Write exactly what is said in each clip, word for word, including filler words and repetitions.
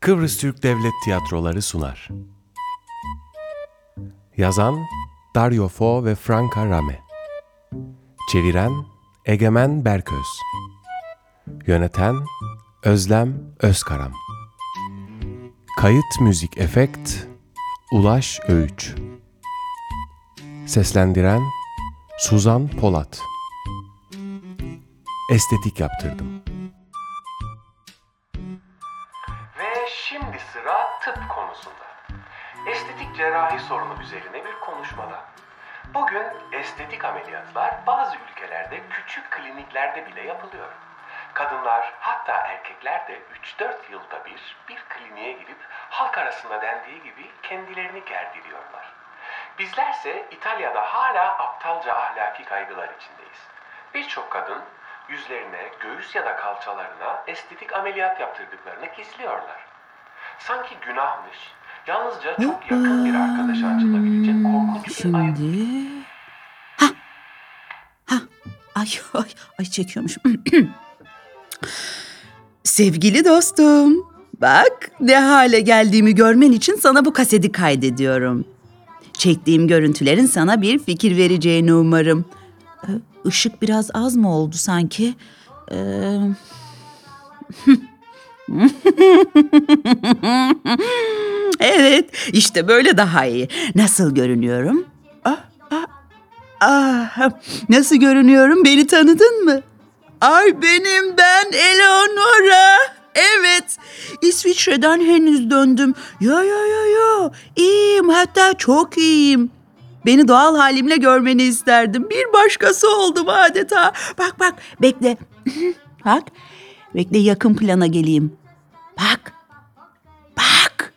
Kıbrıs Türk Devlet Tiyatroları sunar. Yazan Dario Fo ve Franca Rame. Çeviren Egemen Berköz. Yöneten Özlem Özkaram. Kayıt müzik efekt Ulaş Öğüç. Seslendiren Suzan Polat. Estetik yaptırdım. Ve şimdi sıra tıp konusunda. Estetik cerrahi sorunu üzerine bir konuşmada. Bugün estetik ameliyatlar bazı ülkelerde küçük kliniklerde bile yapılıyor. Kadınlar, hatta erkekler de üç dört yılda bir bir kliniğe girip halk arasında dendiği gibi kendilerini gerdiriyorlar. Bizlerse İtalya'da hala aptalca ahlaki kaygılar içindeyiz. Birçok kadın yüzlerine, göğüs ya da kalçalarına estetik ameliyat yaptırdıklarını gizliyorlar. Sanki günahmış, yalnızca çok yakın bir arkadaşa açılabilecek korkunç bir ayıp. Şimdi... Ha! Ha! Ay, ay, ay çekiyormuş. Sevgili dostum, bak ne hale geldiğimi görmen için sana bu kaseti kaydediyorum. Çektiğim görüntülerin sana bir fikir vereceğini umarım. Ee, Işık biraz az mı oldu sanki? Ee... Evet, işte böyle daha iyi. Nasıl görünüyorum? Ah, ah, ah, nasıl görünüyorum? Beni tanıdın mı? Ay benim ben Eleonora. Evet, İsviçre'den henüz döndüm. Yo yo yo yo, iyiyim, hatta çok iyiyim. Beni doğal halimle görmeni isterdim. Bir başkası oldum adeta. Bak bak, bekle. Bak, bekle yakın plana geleyim. Bak, bak.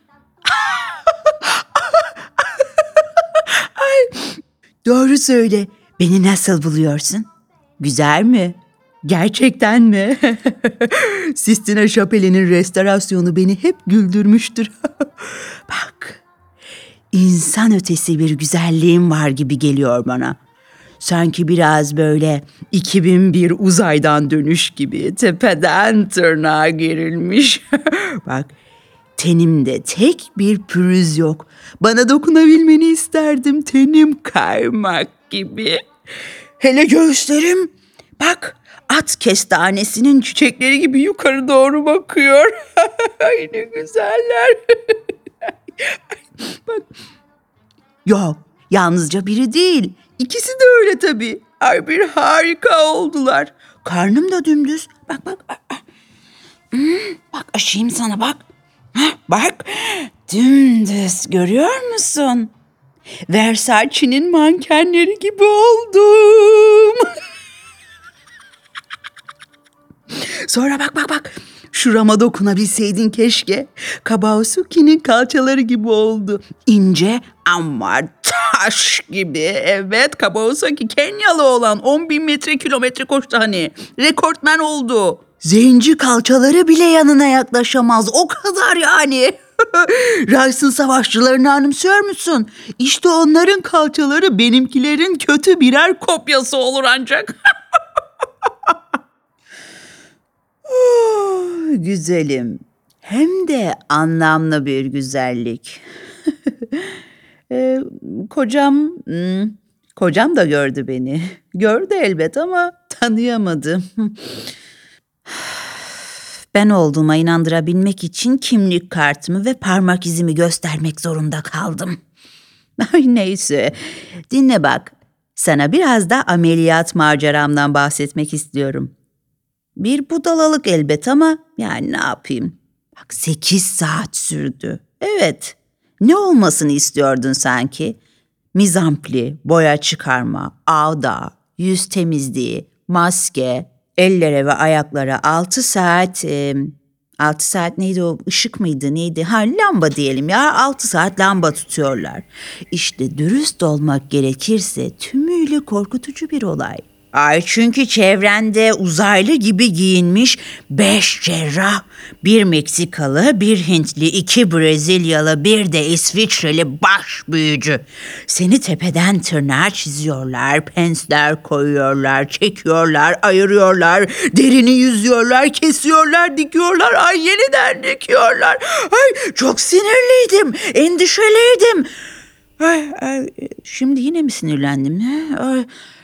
Ay, doğru söyle. Beni nasıl buluyorsun? Güzel mi? Gerçekten mi? Sistine Şapeli'nin restorasyonu beni hep güldürmüştür. Bak, insan ötesi bir güzelliğim var gibi geliyor bana. Sanki biraz böyle iki bin bir uzaydan dönüş gibi tepeden tırnağa gerilmiş. Bak, tenimde tek bir pürüz yok. Bana dokunabilmeni isterdim, tenim kaymak gibi. Hele göğüslerim, bak, at kestanesinin çiçekleri gibi yukarı doğru bakıyor. Ay ne güzeller. Bak. Yok, yalnızca biri değil. İkisi de öyle tabii. Ay bir harika oldular. Karnım da dümdüz. Bak bak. Hmm, bak aşayım sana bak. Hah, bak dümdüz, görüyor musun? Versace'nin mankenleri gibi oldum. Sonra bak bak bak. Şurama dokunabilseydin keşke. Kabausuki'nin kalçaları gibi oldu. İnce ama taş gibi. Evet, Kabausuki Kenyalı olan on bin metre kilometre koştu hani. Rekortmen oldu. Zenci kalçaları bile yanına yaklaşamaz. O kadar yani. Rice'ın savaşçılarını anımsıyor musun? İşte onların kalçaları benimkilerin kötü birer kopyası olur ancak. Oh, güzelim. Hem de anlamlı bir güzellik. e, kocam, hmm, kocam da gördü beni. Gördü elbet ama tanıyamadı. Ben olduğuma inandırabilmek için kimlik kartımı ve parmak izimi göstermek zorunda kaldım. Ay neyse, dinle bak. Sana biraz da ameliyat maceramdan bahsetmek istiyorum. Bir budalalık elbet ama yani ne yapayım? Bak sekiz saat sürdü. Evet. Ne olmasını istiyordun sanki? Mizampli, boya çıkarma, ağda, yüz temizliği, maske, ellere ve ayaklara altı saat... E, altı saat neydi o? Işık mıydı neydi? Ha lamba diyelim ya. altı saat lamba tutuyorlar. İşte dürüst olmak gerekirse tümüyle korkutucu bir olay. Ay çünkü çevrende uzaylı gibi giyinmiş beş cerrah, bir Meksikalı, bir Hintli, iki Brezilyalı, bir de İsviçreli baş büyücü. Seni tepeden tırnağa çiziyorlar, pensler koyuyorlar, çekiyorlar, ayırıyorlar, derini yüzüyorlar, kesiyorlar, dikiyorlar, ay yeniden dikiyorlar. Ay çok sinirliydim, endişeliydim. Ay, ay, şimdi yine mi sinirlendim ne? Ay.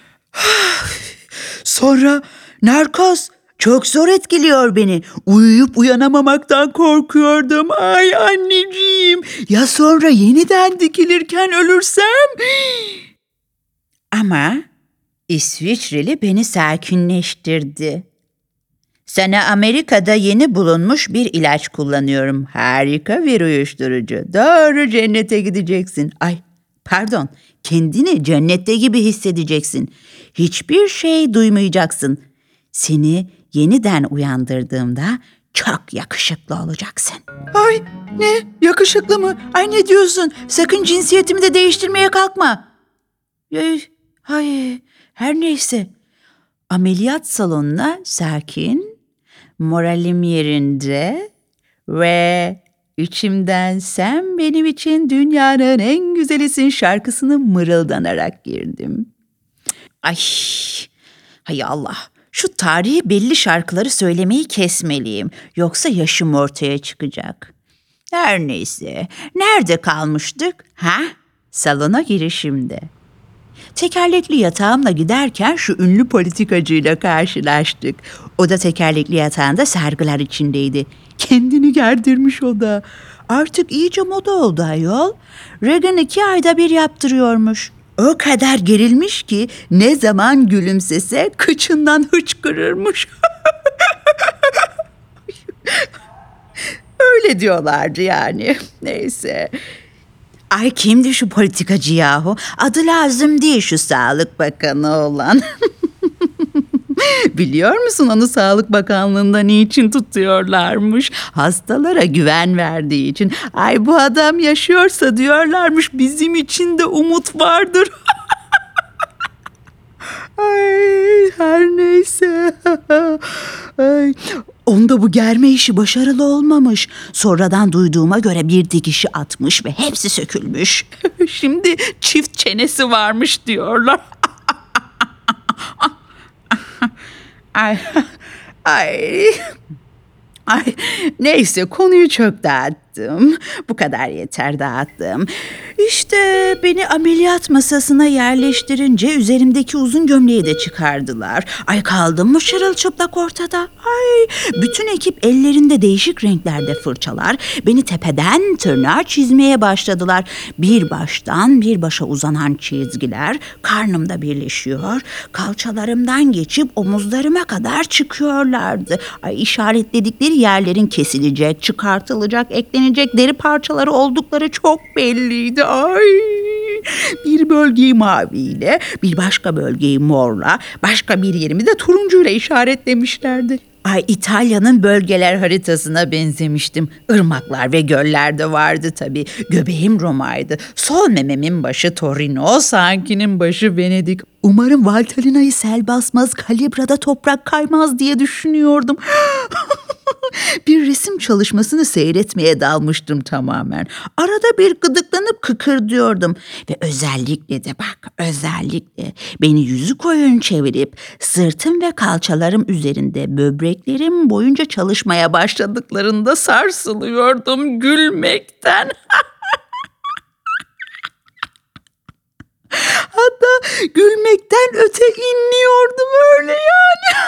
Sonra narkoz çok zor etkiliyor beni. Uyuyup uyanamamaktan korkuyordum. Ay anneciğim, ya sonra yeniden dikilirken ölürsem? Ama İsviçreli beni sakinleştirdi. Sana Amerika'da yeni bulunmuş bir ilaç kullanıyorum. Harika bir uyuşturucu. Doğru cennete gideceksin. Ay pardon, kendini cennette gibi hissedeceksin. Hiçbir şey duymayacaksın. Seni yeniden uyandırdığımda çok yakışıklı olacaksın. Ay ne? Yakışıklı mı? Ay ne diyorsun? Sakın cinsiyetimi de değiştirmeye kalkma. Ay, ay her neyse. Ameliyat salonuna sakin, moralim yerinde ve içimden sen benim için dünyanın en güzelisin şarkısını mırıldanarak girdim. Ay, hay Allah, şu tarihi belli şarkıları söylemeyi kesmeliyim. Yoksa yaşım ortaya çıkacak. Her neyse, nerede kalmıştık? Ha? Salona girişimde. Tekerlekli yatağımla giderken şu ünlü politikacıyla karşılaştık. O da tekerlekli yatağında sargılar içindeydi. Kendini gerdirmiş o da. Artık iyice moda oldu ayol. Reagan iki ayda bir yaptırıyormuş. O kadar gerilmiş ki ne zaman gülümsese kıçından hıçkırırmış. Öyle diyorlardı yani. Neyse. Ay kimdi şu politikacı yahu? Adı lazım değil şu Sağlık Bakanı olan. Biliyor musun onu Sağlık Bakanlığı'nda niçin tutuyorlarmış? Hastalara güven verdiği için. Ay bu adam yaşıyorsa diyorlarmış bizim için de umut vardır. Ay her neyse. Ay, onda bu germe işi başarılı olmamış. Sonradan duyduğuma göre bir dikişi atmış ve hepsi sökülmüş. Şimdi çift çenesi varmış diyorlar. Ay, ay, ay, neyse konuyu çok dağıttım. Bu kadar yeter dağıttım. İşte beni ameliyat masasına yerleştirince üzerimdeki uzun gömleği de çıkardılar. Ay kaldım mı çırılçıplak ortada. Ay bütün ekip ellerinde değişik renklerde fırçalar beni tepeden tırnağa çizmeye başladılar. Bir baştan bir başa uzanan çizgiler karnımda birleşiyor. Kalçalarımdan geçip omuzlarıma kadar çıkıyorlardı. Ay işaretledikleri yerlerin kesilecek, çıkartılacak, eklenecek deri parçaları oldukları çok belliydi. Ay bir bölgeyi maviyle, bir başka bölgeyi morla, başka bir yerimi de turuncuyla işaretlemişlerdi. Ay İtalya'nın bölgeler haritasına benzemiştim. Irmaklar ve göller de vardı tabii. Göbeğim Roma'ydı. Sol mememin başı Torino, sağınkinin başı Venedik. Umarım Valtellina'yı sel basmaz, Kalibra'da toprak kaymaz diye düşünüyordum. Bir resim çalışmasını seyretmeye dalmıştım tamamen. Arada bir gıdıklanıp kıkırdıyordum. Ve özellikle de bak özellikle beni yüzü koyun çevirip sırtım ve kalçalarım üzerinde böbreklerim boyunca çalışmaya başladıklarında sarsılıyordum gülmekten. Hatta gülmekten öte inliyordum öyle yani.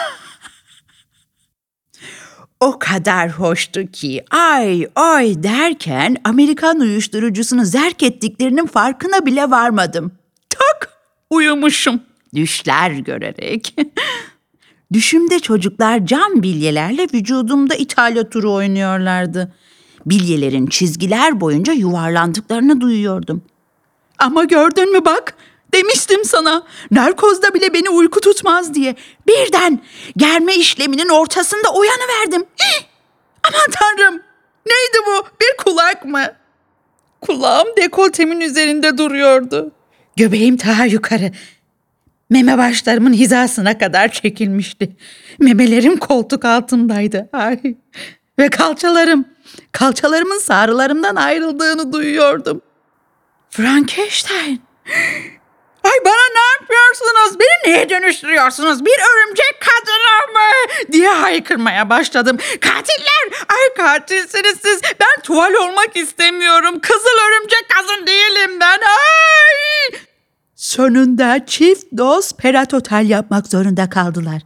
O kadar hoştu ki ay ay derken Amerikan uyuşturucusunu zerk ettiklerinin farkına bile varmadım. Tak uyumuşum düşler görerek. Düşümde çocuklar cam bilyelerle vücudumda İtalya turu oynuyorlardı. Bilyelerin çizgiler boyunca yuvarlandıklarını duyuyordum. Ama gördün mü bak, demiştim sana, narkozda bile beni uyku tutmaz diye. Birden germe işleminin ortasında uyanıverdim. Hih! Aman tanrım, neydi bu, bir kulak mı? Kulağım dekoltemin üzerinde duruyordu. Göbeğim daha yukarı. Meme başlarımın hizasına kadar çekilmişti. Memelerim koltuk altındaydı. Ay. Ve kalçalarım, kalçalarımın sarılarımdan ayrıldığını duyuyordum. Frankenstein. Ay bana ne yapıyorsunuz? Beni neye dönüştürüyorsunuz? Bir örümcek kadına mı? Diye haykırmaya başladım. Katiller! Ay katilsiniz siz. Ben tuval olmak istemiyorum. Kızıl örümcek kadın değilim ben. Ay! Sonunda çift doz peratotal yapmak zorunda kaldılar.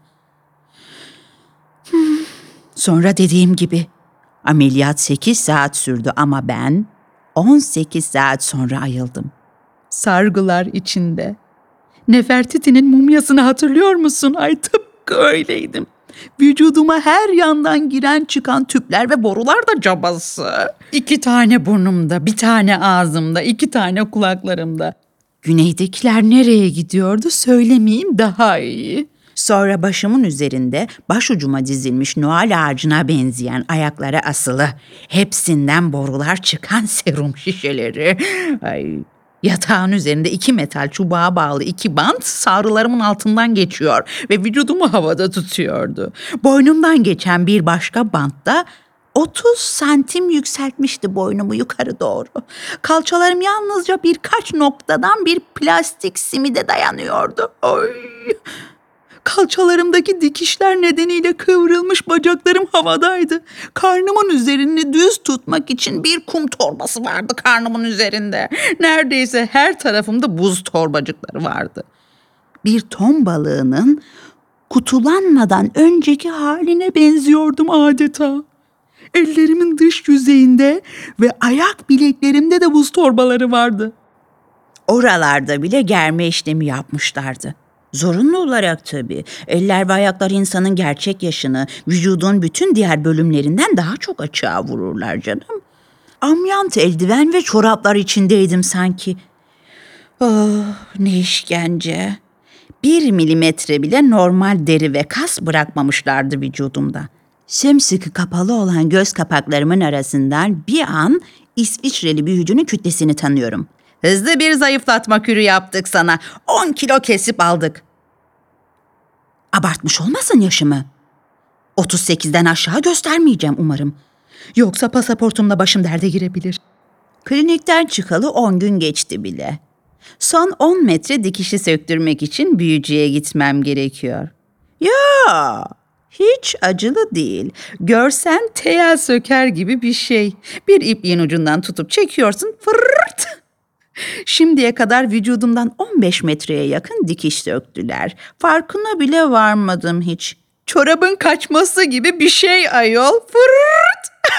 Hmm. Sonra dediğim gibi ameliyat sekiz saat sürdü ama ben on sekiz saat sonra ayıldım. Sargılar içinde. Nefertiti'nin mumyasını hatırlıyor musun? Ay tıpkı öyleydim. Vücuduma her yandan giren çıkan tüpler ve borular da cabası. İki tane burnumda, bir tane ağzımda, iki tane kulaklarımda. Güneydekiler nereye gidiyordu söylemeyeyim daha iyi. Sonra başımın üzerinde başucuma dizilmiş Noel ağacına benzeyen ayaklara asılı, hepsinden borular çıkan serum şişeleri. Ay, yatağın üzerinde iki metal çubuğa bağlı iki bant sarılarımın altından geçiyor ve vücudumu havada tutuyordu. Boynumdan geçen bir başka bant da otuz santim yükseltmişti boynumu yukarı doğru. Kalçalarım yalnızca birkaç noktadan bir plastik simide dayanıyordu. Oy! Kalçalarımdaki dikişler nedeniyle kıvrılmış bacaklarım havadaydı. Karnımın üzerini düz tutmak için bir kum torbası vardı karnımın üzerinde. Neredeyse her tarafımda buz torbacıkları vardı. Bir ton balığının kutulanmadan önceki haline benziyordum adeta. Ellerimin dış yüzeyinde ve ayak bileklerimde de buz torbaları vardı. Oralarda bile germe işlemi yapmışlardı. Zorunlu olarak tabii. Eller ve ayaklar insanın gerçek yaşını, vücudun bütün diğer bölümlerinden daha çok açığa vururlar canım. Amyant eldiven ve çoraplar içindeydim sanki. Oh, ne işkence. Bir milimetre bile normal deri ve kas bırakmamışlardı vücudumda. Sımsıkı kapalı olan göz kapaklarımın arasından bir an İsviçreli büyücünün kütlesini tanıyorum. Hızlı bir zayıflatma kürü yaptık sana. On kilo kesip aldık. Abartmış olmasın yaşımı. otuz sekizden aşağı göstermeyeceğim umarım. Yoksa pasaportumla başım derde girebilir. Klinikten çıkalı on gün geçti bile. Son on metre dikişi söktürmek için büyücüye gitmem gerekiyor. Ya, hiç acılı değil. Görsen teyel söker gibi bir şey. Bir ipliğin ucundan tutup çekiyorsun, fırrt. Şimdiye kadar vücudumdan on beş metreye yakın dikiş söktüler. Farkına bile varmadım hiç. Çorabın kaçması gibi bir şey ayol. Fırrt.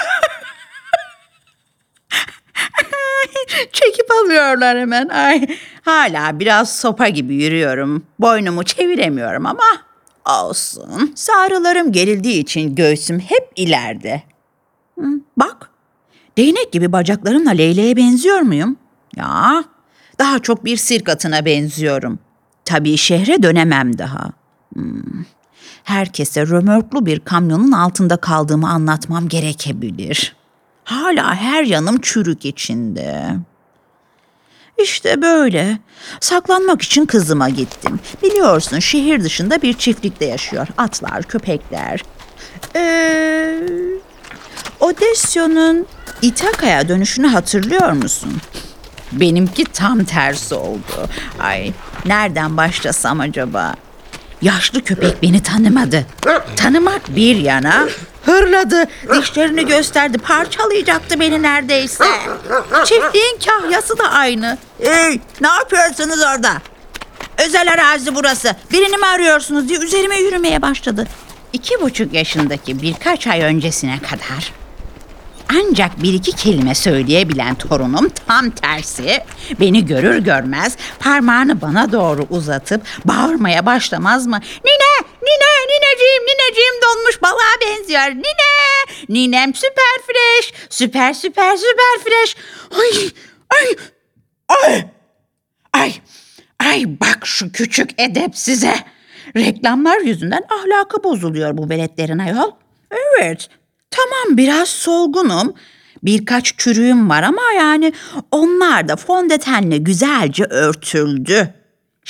Çekip alıyorlar hemen. Ay, hala biraz sopa gibi yürüyorum. Boynumu çeviremiyorum ama olsun. Sarılarım gerildiği için göğsüm hep ileride. Hı, bak, değnek gibi bacaklarımla leyleğe benziyor muyum? Ya, daha çok bir sirk atına benziyorum. Tabii şehre dönemem daha. Hmm. Herkese römorklu bir kamyonun altında kaldığımı anlatmam gerekebilir. Hala her yanım çürük içinde. İşte böyle. Saklanmak için kızıma gittim. Biliyorsun şehir dışında bir çiftlikte yaşıyor. Atlar, köpekler. Ee, Odesyo'nun İtaka'ya dönüşünü hatırlıyor musun? Benimki tam tersi oldu. Ay, nereden başlasam acaba? Yaşlı köpek beni tanımadı. Tanımak bir yana hırladı, dişlerini gösterdi, parçalayacaktı beni neredeyse. Çiftliğin kahyası da aynı. Hey, ne yapıyorsunuz orada? Özel arazi burası. Birini mi arıyorsunuz diye üzerime yürümeye başladı. İki buçuk yaşındaki birkaç ay öncesine kadar ancak bir iki kelime söyleyebilen torunum tam tersi. Beni görür görmez parmağını bana doğru uzatıp bağırmaya başlamaz mı? Nine, nine, nineciğim, nineciğim donmuş balığa benziyor. Nine, ninem süper fresh, süper süper süper fresh. Ay, ay, ay, ay, ay bak şu küçük edepsize. Reklamlar yüzünden ahlakı bozuluyor bu veletlerin ayol. Evet. Tamam biraz solgunum, birkaç çürüğüm var ama yani onlar da fondötenle güzelce örtüldü.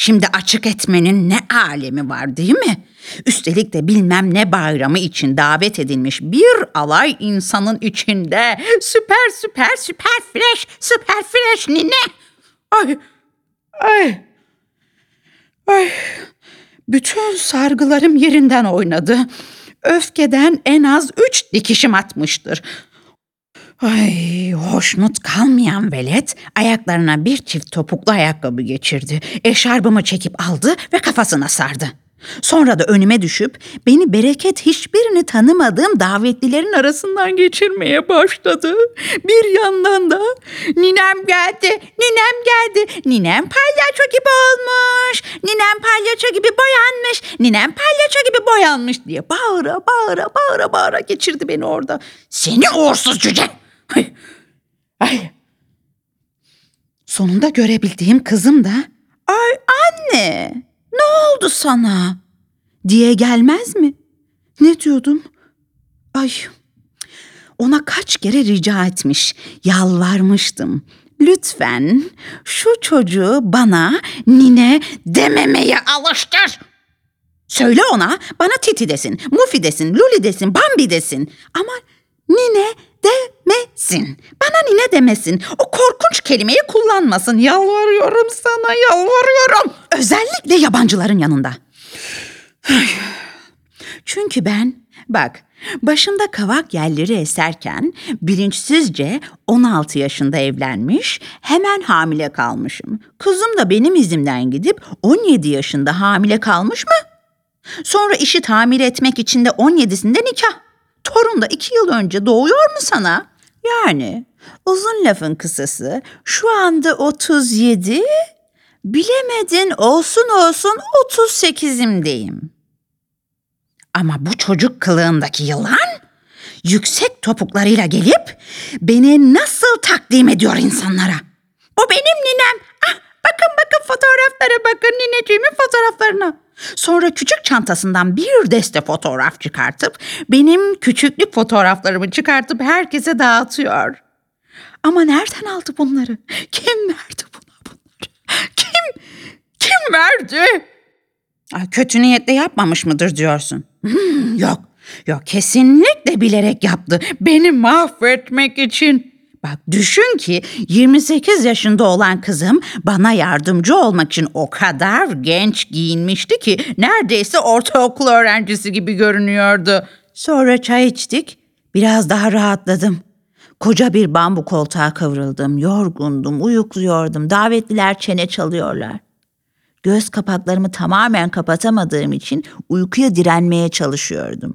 Şimdi açık etmenin ne alemi var değil mi? Üstelik de bilmem ne bayramı için davet edilmiş bir alay insanın içinde. Süper süper süper fresh, süper fresh nine. Ay, ay, ay. Bütün sargılarım yerinden oynadı. Öfkeden en az üç dikişim atmıştır. Ay, hoşnut kalmayan velet ayaklarına bir çift topuklu ayakkabı geçirdi. Eşarbımı çekip aldı ve kafasına sardı. Sonra da önüme düşüp beni bereket hiçbirini tanımadığım davetlilerin arasından geçirmeye başladı. Bir yandan da ninem geldi, ninem geldi, ninem palyaço gibi olmuş, ninem palyaço gibi boyanmış, ninem palyaço gibi boyanmış diye bağıra bağıra bağıra bağıra geçirdi beni orada. Seni uğursuz cüce! Ay, ay. Sonunda görebildiğim kızım da ay anne ne oldu sana diye gelmez mi? Ne diyordum? Ay, ona kaç kere rica etmiş, yalvarmıştım. Lütfen şu çocuğu bana nine dememeye alıştır. Söyle ona bana Titi desin, Mufi desin, Luli desin, Bambi desin. Ama nine demesin. Bana nine demesin. O korkunç kelimeyi kullanmasın. Yalvarıyorum sana, yalvarıyorum. Özellikle yabancıların yanında. Çünkü ben, bak, başımda kavak yelleri eserken bilinçsizce on altı yaşında evlenmiş, hemen hamile kalmışım. Kızım da benim izimden gidip on yedi yaşında hamile kalmış mı? Sonra işi tamir etmek için de on yedisinde nikah. Torun da iki yıl önce doğuyor mu sana? Yani uzun lafın kısası şu anda otuz yedi, bilemedin olsun olsun otuz sekizimdeyim. Ama bu çocuk kılığındaki yılan yüksek topuklarıyla gelip beni nasıl takdim ediyor insanlara? O benim ninem. Ah, bakın bakın fotoğraflara bakın, nineciğimin fotoğraflarına. Sonra küçük çantasından bir deste fotoğraf çıkartıp benim küçüklük fotoğraflarımı çıkartıp herkese dağıtıyor. Ama nereden aldı bunları? Kim verdi buna bunları? Kim? Kim verdi? Ay, kötü niyetle yapmamış mıdır diyorsun? Hmm, yok, yok kesinlikle bilerek yaptı. Beni mahvetmek için. Bak düşün ki yirmi sekiz yaşında olan kızım bana yardımcı olmak için o kadar genç giyinmişti ki neredeyse ortaokul öğrencisi gibi görünüyordu. Sonra çay içtik, biraz daha rahatladım. Koca bir bambu koltuğa kıvrıldım, yorgundum, uyukluyordum, davetliler çene çalıyorlar. Göz kapaklarımı tamamen kapatamadığım için uykuya direnmeye çalışıyordum.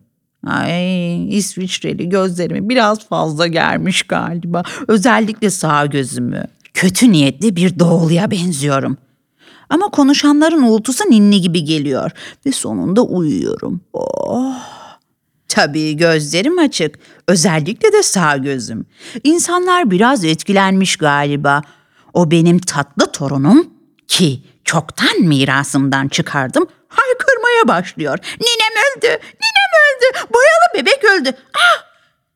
Ay, İsviçreli gözlerimi biraz fazla germiş galiba. Özellikle sağ gözümü. Kötü niyetli bir doğuluya benziyorum. Ama konuşanların uğultusu ninni gibi geliyor. Ve sonunda uyuyorum. Oh. Tabii gözlerim açık. Özellikle de sağ gözüm. İnsanlar biraz etkilenmiş galiba. O benim tatlı torunum ki çoktan mirasımdan çıkardım. Haykırmaya başlıyor. Ninem öldü, ninem öldü, boyalı bebek öldü. Ah!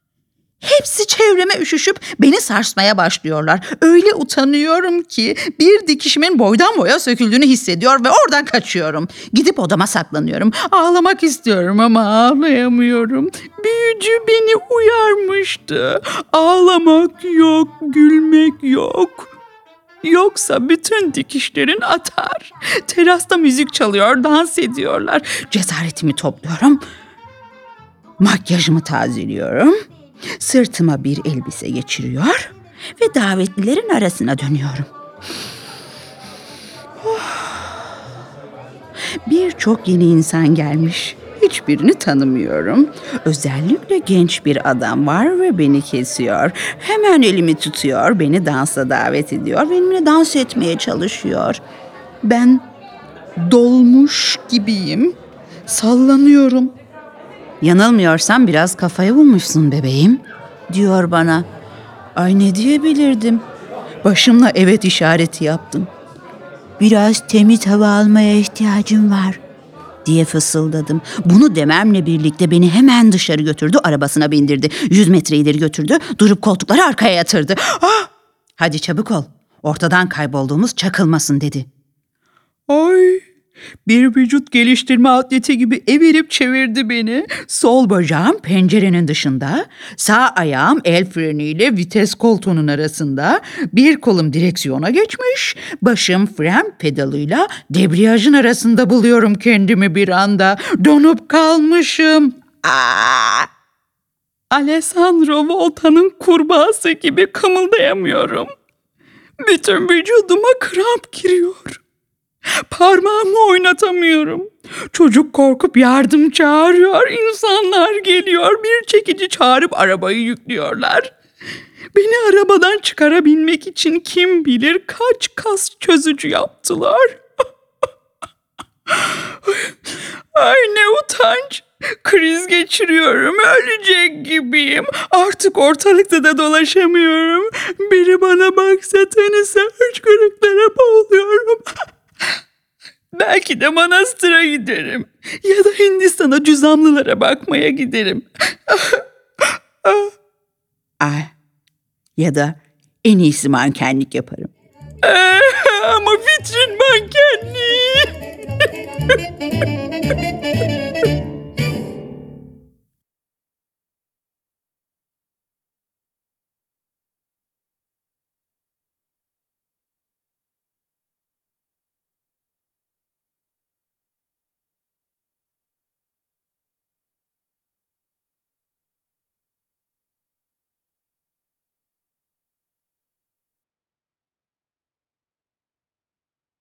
Hepsi çevreme üşüşüp beni sarsmaya başlıyorlar. Öyle utanıyorum ki bir dikişimin boydan boya söküldüğünü hissediyor ve oradan kaçıyorum. Gidip odama saklanıyorum. Ağlamak istiyorum ama ağlayamıyorum. Büyücü beni uyarmıştı. Ağlamak yok, gülmek yok. Yoksa bütün dikişlerin atar. Terasta müzik çalıyor, dans ediyorlar. Cesaretimi topluyorum. Makyajımı tazeliyorum. Sırtıma bir elbise geçiriyor ve davetlilerin arasına dönüyorum. Oh. Birçok yeni insan gelmiş. Hiçbirini tanımıyorum. Özellikle genç bir adam var ve beni kesiyor. Hemen elimi tutuyor, beni dansa davet ediyor. Benimle dans etmeye çalışıyor. Ben dolmuş gibiyim. Sallanıyorum. Yanılmıyorsam biraz kafaya vurmuşsun bebeğim, diyor bana. Ay ne diyebilirdim? Başımla evet işareti yaptım. Biraz temiz hava almaya ihtiyacım var, diye fısıldadım. Bunu dememle birlikte beni hemen dışarı götürdü, arabasına bindirdi. Yüz metre ileri götürdü, durup koltukları arkaya yatırdı. Ah! Hadi çabuk ol, ortadan kaybolduğumuz çakılmasın dedi. Ay, bir vücut geliştirme atleti gibi evirip çevirdi beni. Sol bacağım pencerenin dışında, sağ ayağım el freniyle vites koltuğunun arasında, bir kolum direksiyona geçmiş, başım fren pedalıyla debriyajın arasında buluyorum kendimi bir anda. Donup kalmışım. Aa! Alessandro Volta'nın kurbağası gibi kımıldayamıyorum. Bütün vücuduma kramp giriyor. Parmağımı oynatamıyorum. Çocuk korkup yardım çağırıyor. İnsanlar geliyor. Bir çekici çağırıp arabayı yüklüyorlar. Beni arabadan çıkarabilmek için kim bilir kaç kas çözücü yaptılar. Ay ne utanç. Kriz geçiriyorum. Ölecek gibiyim. Artık ortalıkta da dolaşamıyorum. Biri bana baksa tenise hıçkırıklara boğuluyorum. Belki de manastıra giderim. Ya da Hindistan'a cüzamlılara bakmaya giderim. Ay, ya da en iyisi mankenlik yaparım. Ama vitrin mankenliği.